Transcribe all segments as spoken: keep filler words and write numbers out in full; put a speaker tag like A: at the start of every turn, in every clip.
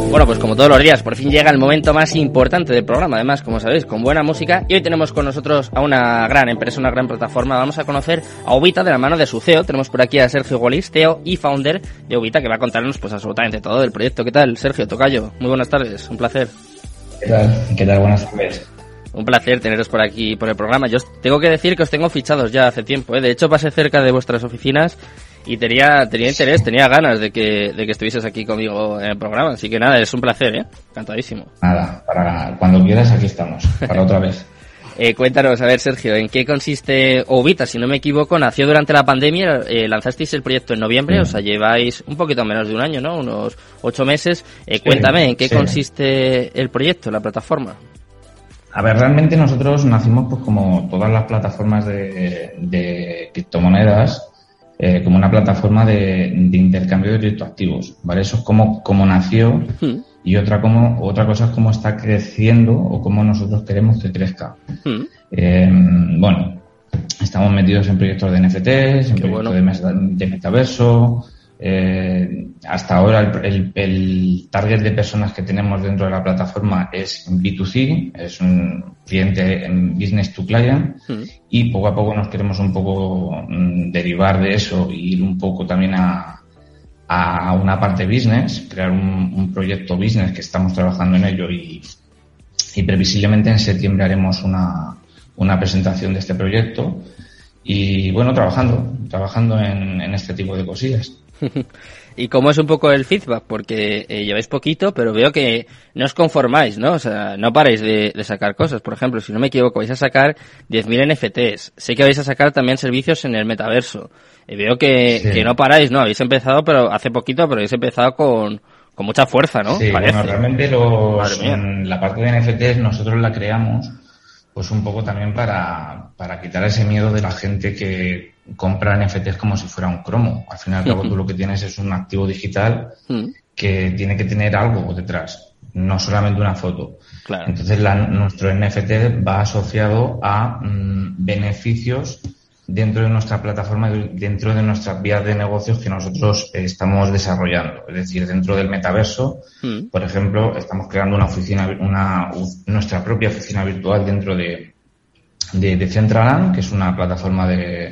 A: Bueno, pues como todos los días, por fin llega el momento más importante del programa, además, como sabéis, con buena música. Y hoy tenemos con nosotros a una gran empresa, una gran plataforma. Vamos a conocer a Ubita de la mano de su C E O. Tenemos por aquí a Sergio Golis, C E O y founder de Ubita, que va a contarnos pues absolutamente todo del proyecto. ¿Qué tal, Sergio Tocayo? Muy buenas tardes, un placer.
B: ¿Qué tal? ¿Qué tal? Buenas tardes.
A: Un placer teneros por aquí, por el programa. Yo os tengo que decir que os tengo fichados ya hace tiempo, ¿eh? De hecho, pasé cerca de vuestras oficinas y tenía tenía interés, tenía ganas de que de que estuvieses aquí conmigo en el programa. Así que nada, es un placer, ¿eh? Encantadísimo.
B: Nada, para cuando quieras aquí estamos, para otra vez.
A: Eh, cuéntanos, a ver, Sergio, ¿en qué consiste Ubita? Si no me equivoco, nació durante la pandemia, eh, lanzasteis el proyecto en noviembre, sí. O sea, lleváis un poquito menos de un año, ¿no? Unos ocho meses. Eh, sí, cuéntame, ¿en qué sí. consiste el proyecto, la plataforma?
B: A ver, realmente nosotros nacimos pues como todas las plataformas de, de criptomonedas, eh, como una plataforma de, de intercambio de criptoactivos, ¿vale? Eso es como, como nació mm. y otra como otra cosa es cómo está creciendo o cómo nosotros queremos que crezca. Mm. Eh, bueno, estamos metidos en proyectos de N F Ts, en Qué proyectos bueno. de, de metaverso. Eh, hasta ahora el, el, el target de personas que tenemos dentro de la plataforma es B dos C, es un cliente en business to client mm. y poco a poco nos queremos un poco mm, derivar de eso y ir un poco también a, a una parte business, crear un, un proyecto business que estamos trabajando en ello y, y previsiblemente en septiembre haremos una, una presentación de este proyecto y bueno, trabajando, trabajando en, en este tipo de cosillas.
A: ¿Y cómo es un poco el feedback? Porque eh, lleváis poquito, pero veo que no os conformáis, ¿no? O sea, no paráis de, de sacar cosas. Por ejemplo, si no me equivoco, vais a sacar diez mil N F Ts. Sé que vais a sacar también servicios en el metaverso. Y veo que, sí. que no paráis, ¿no? Habéis empezado, pero hace poquito, pero habéis empezado con, con mucha fuerza, ¿no?
B: Sí,
A: Parece.
B: Bueno, realmente los, en la parte de N F Ts nosotros la creamos pues un poco también para, para quitar ese miedo de la gente que compra N F Ts como si fuera un cromo. Al fin y al cabo tú lo que tienes es un activo digital que tiene que tener algo detrás, no solamente una foto.
A: Claro.
B: Entonces la, nuestro N F T va asociado a mmm, beneficios dentro de nuestra plataforma, dentro de nuestras vías de negocios que nosotros eh, estamos desarrollando. Es decir, dentro del metaverso, mm. por ejemplo, estamos creando una oficina, una nuestra propia oficina virtual dentro de, de, de Centraland, que es una plataforma de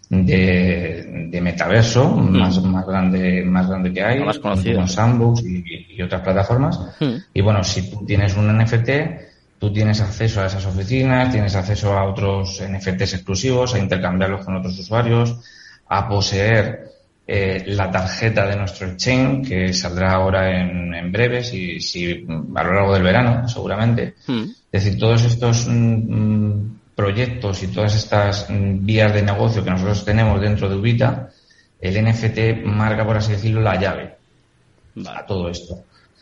B: de, de metaverso mm. más, más grande, más grande que hay,
A: más conocido,
B: con Sandbox y, y otras plataformas. Mm. Y bueno, si tú tienes un N F T, tú tienes acceso a esas oficinas, tienes acceso a otros N F Ts exclusivos, a intercambiarlos con otros usuarios, a poseer eh, la tarjeta de nuestro exchange, que saldrá ahora en, en breve, si, si a lo largo del verano, seguramente. Mm. Es decir, todos estos mm, proyectos y todas estas mm, vías de negocio que nosotros tenemos dentro de Ubita, el N F T marca, por así decirlo, la llave a todo esto.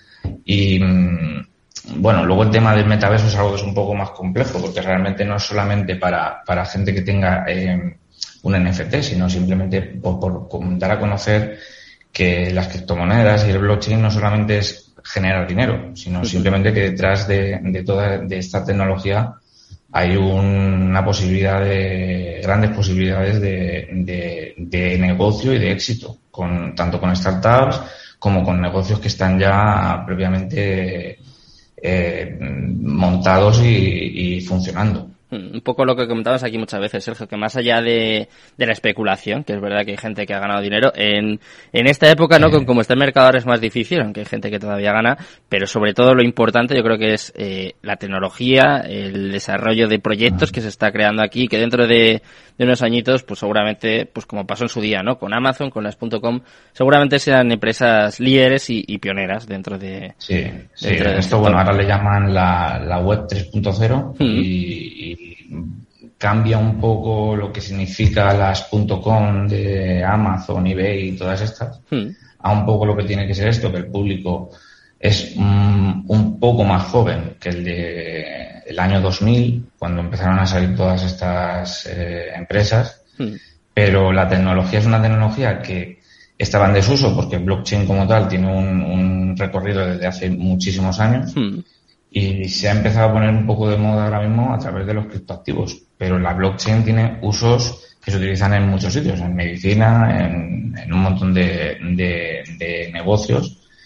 B: Y mm, bueno, luego el tema del metaverso es algo que es un poco más complejo, porque realmente no es solamente para, para gente que tenga eh, un N F T, sino simplemente por, por dar a conocer que las criptomonedas y el blockchain no solamente es generar dinero, sino simplemente que detrás de, de toda de esta tecnología hay un, una posibilidad de, grandes posibilidades de, de, de negocio y de éxito, con, tanto con startups como con negocios que están ya previamente Eh, montados y, y funcionando.
A: Un poco lo que comentabas aquí muchas veces, Sergio, que más allá de, de la especulación, que es verdad que hay gente que ha ganado dinero, en, en esta época, ¿no? Sí. Como está el mercado ahora es más difícil, aunque hay gente que todavía gana, pero sobre todo lo importante yo creo que es eh, la tecnología, el desarrollo de proyectos que se está creando aquí, que dentro de, de unos añitos, pues seguramente, pues como pasó en su día, ¿no? Con Amazon, con las punto com, seguramente sean empresas líderes y, y pioneras dentro de...
B: Sí, sí, dentro de esto, bueno, ahora le llaman la, la web tres punto cero mm. y, y cambia un poco lo que significa las .com de Amazon, eBay y todas estas, mm. a un poco lo que tiene que ser esto, que el público es un, un poco más joven que el de el año dos mil, cuando empezaron a salir todas estas eh, empresas, mm. pero la tecnología es una tecnología que estaba en desuso porque blockchain como tal tiene un, un recorrido desde hace muchísimos años mm. y se ha empezado a poner un poco de moda ahora mismo a través de los criptoactivos, pero la blockchain tiene usos que se utilizan en muchos sitios, en medicina, en, en un montón de, de, de negocios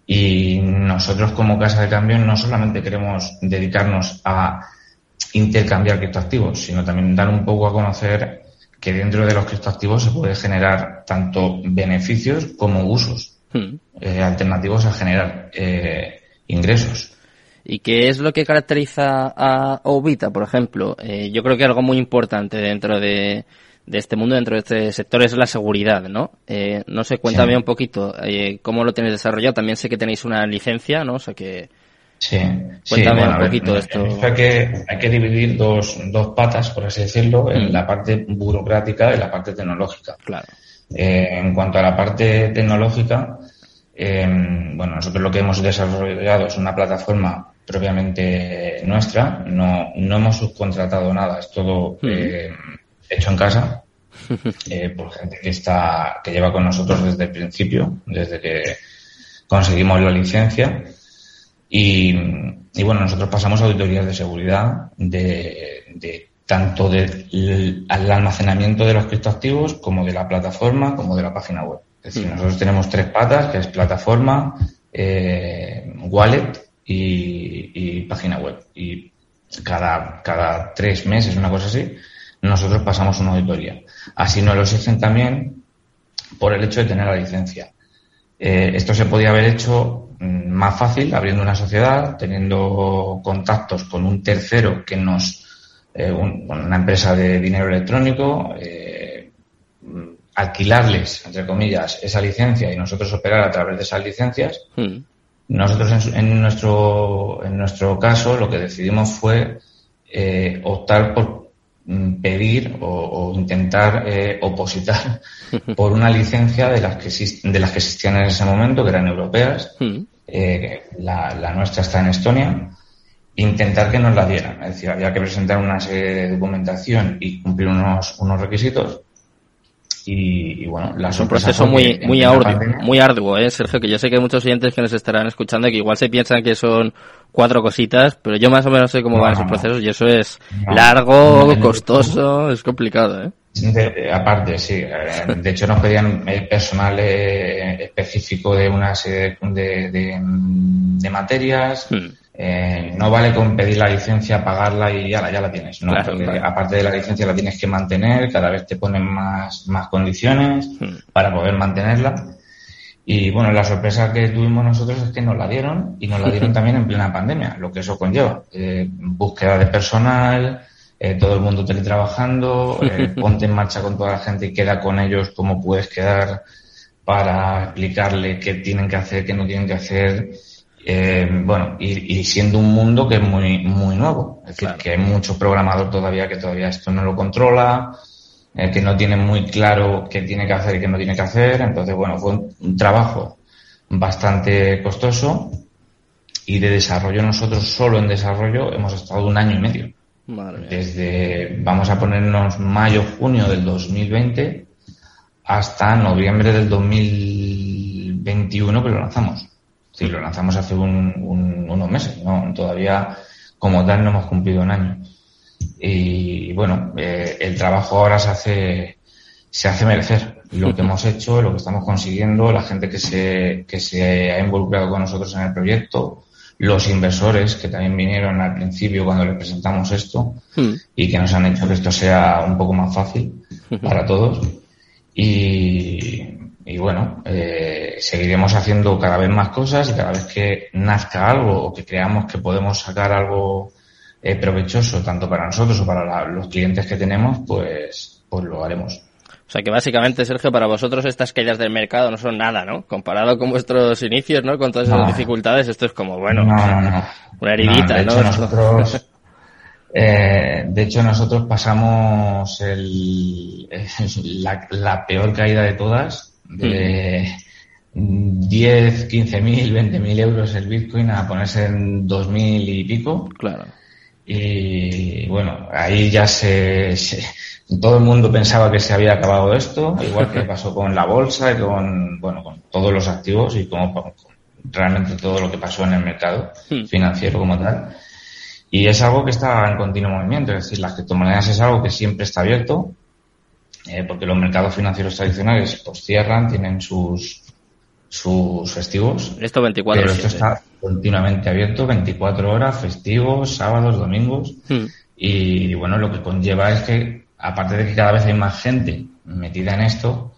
B: Y nosotros como casa de cambio no solamente queremos dedicarnos a intercambiar criptoactivos, sino también dar un poco a conocer que dentro de los criptoactivos se puede generar tanto beneficios como usos hmm. eh, alternativos a generar eh, ingresos.
A: ¿Y qué es lo que caracteriza a Ovita, por ejemplo? Eh, yo creo que algo muy importante dentro de, de este mundo, dentro de este sector, es la seguridad, ¿no? Eh, no sé, cuéntame sí. un poquito eh, cómo lo tenéis desarrollado. También sé que tenéis una licencia, ¿no? O sea que...
B: Sí,
A: cuéntame
B: sí, bueno,
A: un poquito
B: ver,
A: esto.
B: Hay que, hay que dividir dos, dos patas, por así decirlo, mm. en la parte burocrática y la parte tecnológica.
A: Claro.
B: Eh, en cuanto a la parte tecnológica, eh, bueno, nosotros lo que hemos desarrollado es una plataforma propiamente nuestra, no, no hemos subcontratado nada, es todo mm. eh, hecho en casa, eh, por gente que está, que lleva con nosotros desde el principio, desde que conseguimos la licencia. Y, y bueno, nosotros pasamos auditorías de seguridad de, de tanto del almacenamiento de los criptoactivos como de la plataforma como de la página web. Es decir, nosotros tenemos tres patas, que es plataforma, eh, wallet y, y página web. Y cada, cada tres meses, una cosa así, nosotros pasamos una auditoría. Así nos lo exigen también por el hecho de tener la licencia. Eh, esto se podía haber hecho más fácil abriendo una sociedad, teniendo contactos con un tercero que nos, eh, un, una empresa de dinero electrónico, eh, alquilarles, entre comillas, esa licencia y nosotros operar a través de esas licencias. Mm. Nosotros en, en nuestro, en nuestro caso lo que decidimos fue eh, optar por pedir o, o intentar eh, opositar por una licencia de las que de las que existían en ese momento, que eran europeas. Mm. Eh, la, la nuestra está en Estonia. Intentar que nos la dieran, es decir, había que presentar una serie de documentación y cumplir unos unos requisitos. Y, y bueno, la
A: es un proceso muy muy arduo, muy arduo, eh, Sergio, que yo sé que hay muchos oyentes que nos estarán escuchando y que igual se piensan que son cuatro cositas, pero yo más o menos sé cómo no, van esos procesos y eso es no, largo, no, costoso, no, es complicado, ¿eh?
B: De, aparte, sí. De hecho, nos pedían el personal eh, específico de una serie de, de, de materias. Hmm. Eh, no vale con pedir la licencia, pagarla y ya la, ya la tienes. No, claro, claro. Aparte de la licencia la tienes que mantener, cada vez te ponen más, más condiciones hmm. para poder mantenerla. Y bueno, la sorpresa que tuvimos nosotros es que nos la dieron y nos la dieron también en plena pandemia, lo que eso conlleva. Eh, búsqueda de personal, eh, todo el mundo teletrabajando, eh, ponte en marcha con toda la gente y queda con ellos como puedes quedar para explicarle qué tienen que hacer, qué no tienen que hacer. Eh, bueno, y, y siendo un mundo que es muy, muy nuevo. Es decir, claro. que hay mucho programador todavía que todavía esto no lo controla, eh, que no tiene muy claro qué tiene que hacer y qué no tiene que hacer. Entonces, bueno, fue un, un trabajo bastante costoso y de desarrollo nosotros solo en desarrollo hemos estado un año y medio. Madre mía. Desde, vamos a ponernos mayo, junio del dos mil veinte hasta noviembre del dos mil veintiuno que lo lanzamos. Sí, lo lanzamos hace un, un, unos meses, ¿no? Todavía como tal no hemos cumplido un año. Y bueno, eh, el trabajo ahora se hace, se hace merecer. Lo que hemos hecho, lo que estamos consiguiendo, la gente que se, que se ha involucrado con nosotros en el proyecto, los inversores que también vinieron al principio cuando les presentamos esto mm. y que nos han hecho que esto sea un poco más fácil para todos. Y, y bueno, eh, seguiremos haciendo cada vez más cosas y cada vez que nazca algo o que creamos que podemos sacar algo eh, provechoso tanto para nosotros o para la, los clientes que tenemos, pues, pues lo haremos.
A: O sea que básicamente, Sergio, para vosotros estas caídas del mercado no son nada, ¿no? Comparado con vuestros inicios, ¿no? Con todas esas no. dificultades, esto es como, bueno, no, no, no. una heridita, ¿no?
B: De hecho, ¿no? nosotros, eh, de hecho, nosotros pasamos el, la, la peor caída de todas, de mm. diez, quince mil, veinte mil euros el Bitcoin a ponerse en dos mil y pico.
A: Claro.
B: Y bueno, ahí ya se, se todo el mundo pensaba que se había acabado esto, igual que pasó con la bolsa y con, bueno, con todos los activos y como con realmente todo lo que pasó en el mercado financiero como tal. Y es algo que está en continuo movimiento, es decir, las criptomonedas es algo que siempre está abierto, eh, porque los mercados financieros tradicionales pues cierran, tienen sus, sus festivos.
A: Esto veinticuatro
B: pero esto está continuamente abierto, veinticuatro horas, festivos, sábados, domingos. Hmm. Y bueno, lo que conlleva es que, aparte de que cada vez hay más gente metida en esto,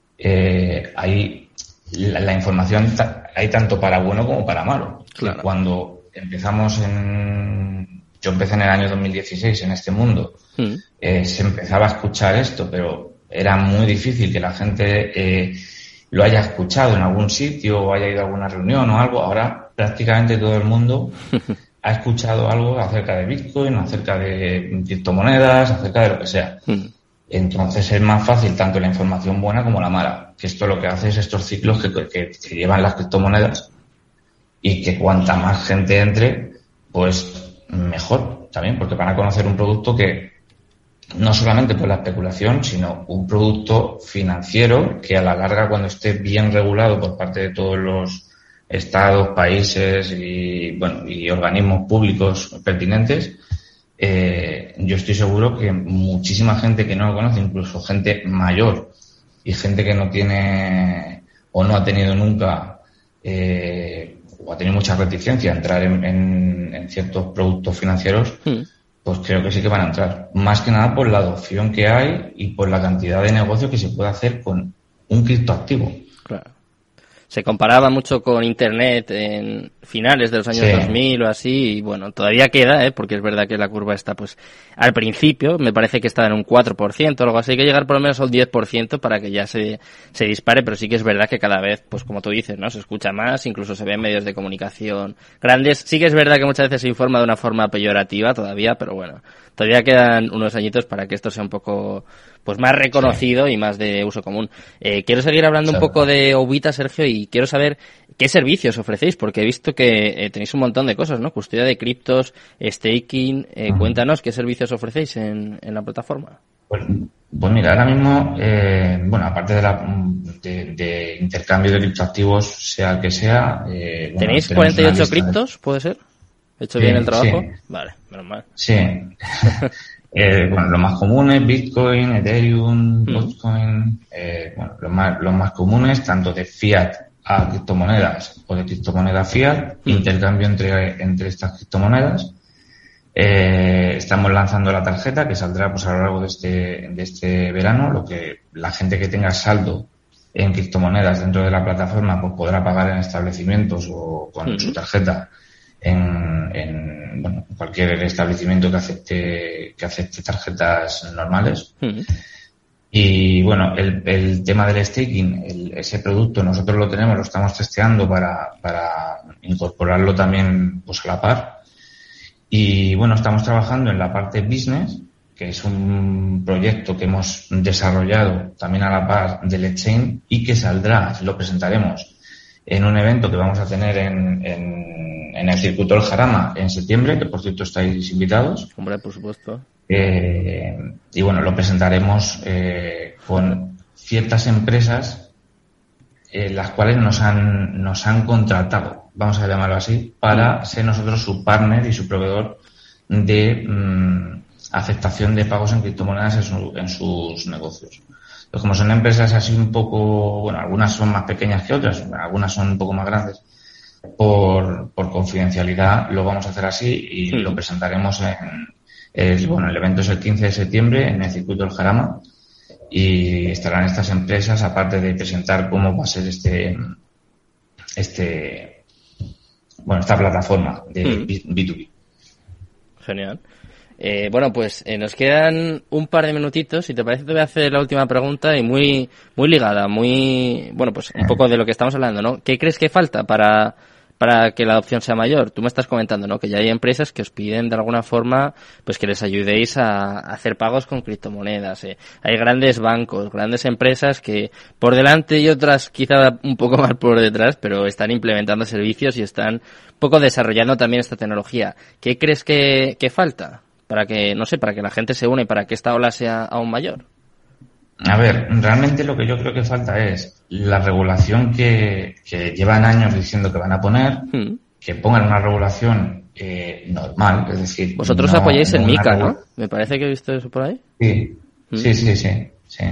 B: eh, hay la, la información ta- hay tanto para bueno como para malo.
A: Claro.
B: Cuando empezamos en... Yo empecé en el año dos mil dieciséis en este mundo. Hmm. Eh, se empezaba a escuchar esto, pero era muy difícil que la gente eh, lo haya escuchado en algún sitio o haya ido a alguna reunión o algo. Ahora prácticamente todo el mundo ha escuchado algo acerca de Bitcoin, acerca de criptomonedas, acerca de lo que sea. Hmm. Entonces es más fácil tanto la información buena como la mala. Que esto lo que hace es estos ciclos que, que, que llevan las criptomonedas, y que cuanta más gente entre, pues mejor también, porque van a conocer un producto que no solamente por la especulación, sino un producto financiero que a la larga, cuando esté bien regulado por parte de todos los estados, países y bueno y organismos públicos pertinentes, eh, yo estoy seguro que muchísima gente que no lo conoce, incluso gente mayor y gente que no tiene o no ha tenido nunca eh, o ha tenido mucha reticencia a entrar en, en, en ciertos productos financieros, mm. pues creo que sí que van a entrar. Más que nada por la adopción que hay y por la cantidad de negocio que se puede hacer con un criptoactivo.
A: Claro. Se comparaba mucho con Internet en finales de los años sí. dos mil o así, y bueno, todavía queda, ¿eh? Porque es verdad que la curva está, pues, al principio, me parece que está en un cuatro por ciento o algo así, hay que llegar por lo menos al diez por ciento para que ya se, se dispare, pero sí que es verdad que cada vez, pues como tú dices, ¿no? Se escucha más, incluso se ve en medios de comunicación grandes. Sí que es verdad que muchas veces se informa de una forma peyorativa todavía, pero bueno, todavía quedan unos añitos para que esto sea un poco, pues más reconocido sí. y más de uso común. Eh, quiero seguir hablando sí. un poco de Ovita, Sergio, y quiero saber qué servicios ofrecéis, porque he visto que eh, tenéis un montón de cosas, ¿no? Custodia de criptos, staking, eh, uh-huh. Cuéntanos qué servicios ofrecéis en, en la plataforma.
B: Pues, pues mira, ahora mismo, eh, bueno, aparte de, la, de, de intercambio de criptoactivos, sea el que sea... Eh, bueno,
A: ¿tenéis cuarenta y ocho criptos, de... puede ser? ¿He hecho bien eh, el trabajo?
B: Sí.
A: Vale, menos mal.
B: Sí. Eh, bueno, los más comunes, Bitcoin, Ethereum, Dogecoin, mm. eh, bueno, los más, los más comunes, tanto de fiat a criptomonedas o de criptomonedas fiat, mm. intercambio entre, entre estas criptomonedas. Eh, estamos lanzando la tarjeta que saldrá pues a lo largo de este, de este verano, lo que la gente que tenga saldo en criptomonedas dentro de la plataforma pues podrá pagar en establecimientos o con mm. su tarjeta en, en bueno, cualquier establecimiento que acepte que acepte tarjetas normales. Uh-huh. Y bueno, el, el tema del staking, el, ese producto nosotros lo tenemos, lo estamos testeando para, para incorporarlo también pues a la par. Y bueno, estamos trabajando en la parte business, que es un proyecto que hemos desarrollado también a la par del exchange y que saldrá, lo presentaremos en un evento que vamos a tener en, en, en el circuito del Jarama en septiembre, que por cierto estáis invitados.
A: Hombre, por supuesto.
B: Eh, y bueno, lo presentaremos eh, con ciertas empresas eh, las cuales nos han, nos han contratado, vamos a llamarlo así, para ser nosotros su partner y su proveedor de mmm, aceptación de pagos en criptomonedas en, su, en sus negocios. Pues como son empresas así un poco, bueno, algunas son más pequeñas que otras, algunas son un poco más grandes, por, por confidencialidad lo vamos a hacer así y sí. lo presentaremos en, el, bueno, el evento es el quince de septiembre en el circuito del Jarama y estarán estas empresas, aparte de presentar cómo va a ser este, este, bueno, esta plataforma de mm. B dos B.
A: Genial. Eh, bueno, pues eh, nos quedan un par de minutitos. Si te parece, te voy a hacer la última pregunta y muy muy ligada, muy bueno, pues un poco de lo que estamos hablando, ¿no? ¿Qué crees que falta para para que la adopción sea mayor? Tú me estás comentando, ¿no? Que ya hay empresas que os piden de alguna forma, pues que les ayudéis a, a hacer pagos con criptomonedas. ¿eh? Hay grandes bancos, grandes empresas que por delante y otras quizá un poco más por detrás, pero están implementando servicios y están un poco desarrollando también esta tecnología. ¿Qué crees que, que falta? Para que, no sé, para que la gente se une y para que esta ola sea aún mayor.
B: A ver, realmente lo que yo creo que falta es la regulación que, que llevan años diciendo que van a poner, mm. que pongan una regulación eh, normal, es decir...
A: Vosotros no, apoyáis no el MiCA, regula- ¿no? Me parece que he visto eso por ahí.
B: Sí, mm. sí, sí, sí, sí.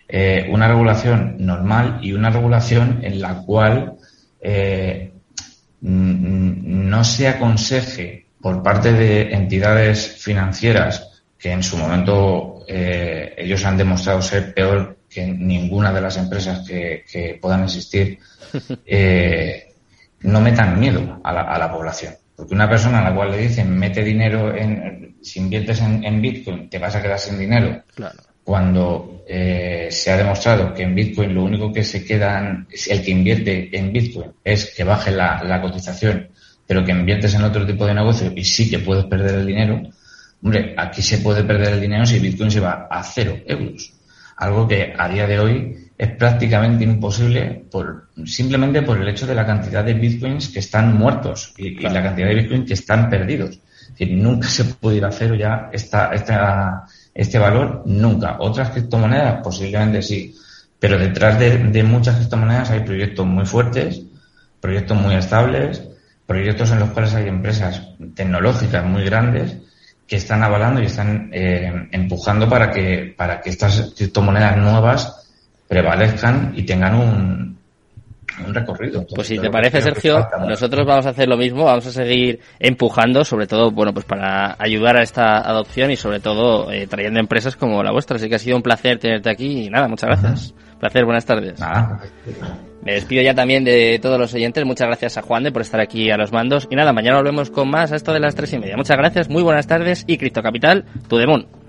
B: eh, una regulación normal y una regulación en la cual eh, no se aconseje por parte de entidades financieras que en su momento eh, ellos han demostrado ser peor que ninguna de las empresas que, que puedan existir, eh, no metan miedo a la, a la población. Porque una persona a la cual le dicen mete dinero en, si inviertes en, en Bitcoin te vas a quedar sin dinero.
A: Claro.
B: Cuando eh, se ha demostrado que en Bitcoin lo único que se quedan, el que invierte en Bitcoin es que baje la, la cotización, pero que inviertes en otro tipo de negocio y sí que puedes perder el dinero. Hombre, aquí se puede perder el dinero si Bitcoin se va a cero euros. Algo que a día de hoy es prácticamente imposible por simplemente por el hecho de la cantidad de Bitcoins que están muertos y, claro. y la cantidad de Bitcoins que están perdidos. Es decir, nunca se puede ir a cero ya esta, esta, este valor, nunca. Otras criptomonedas posiblemente sí, pero detrás de, de muchas criptomonedas hay proyectos muy fuertes, proyectos muy estables, proyectos en los cuales hay empresas tecnológicas muy grandes que están avalando y están eh, empujando para que para que estas criptomonedas nuevas prevalezcan y tengan un, un recorrido. Entonces,
A: pues si te parece, Sergio, nosotros vamos a hacer lo mismo, vamos a seguir empujando, sobre todo, bueno, pues para ayudar a esta adopción y sobre todo eh, trayendo empresas como la vuestra. Así que ha sido un placer tenerte aquí y nada, muchas gracias. Uh-huh. Placer, buenas tardes.
B: Nada.
A: Me despido ya también de todos los oyentes. Muchas gracias a Juan de por estar aquí a los mandos. Y nada, mañana volvemos con más a esto de las tres y media. Muchas gracias, muy buenas tardes y Cripto Capital, to the moon.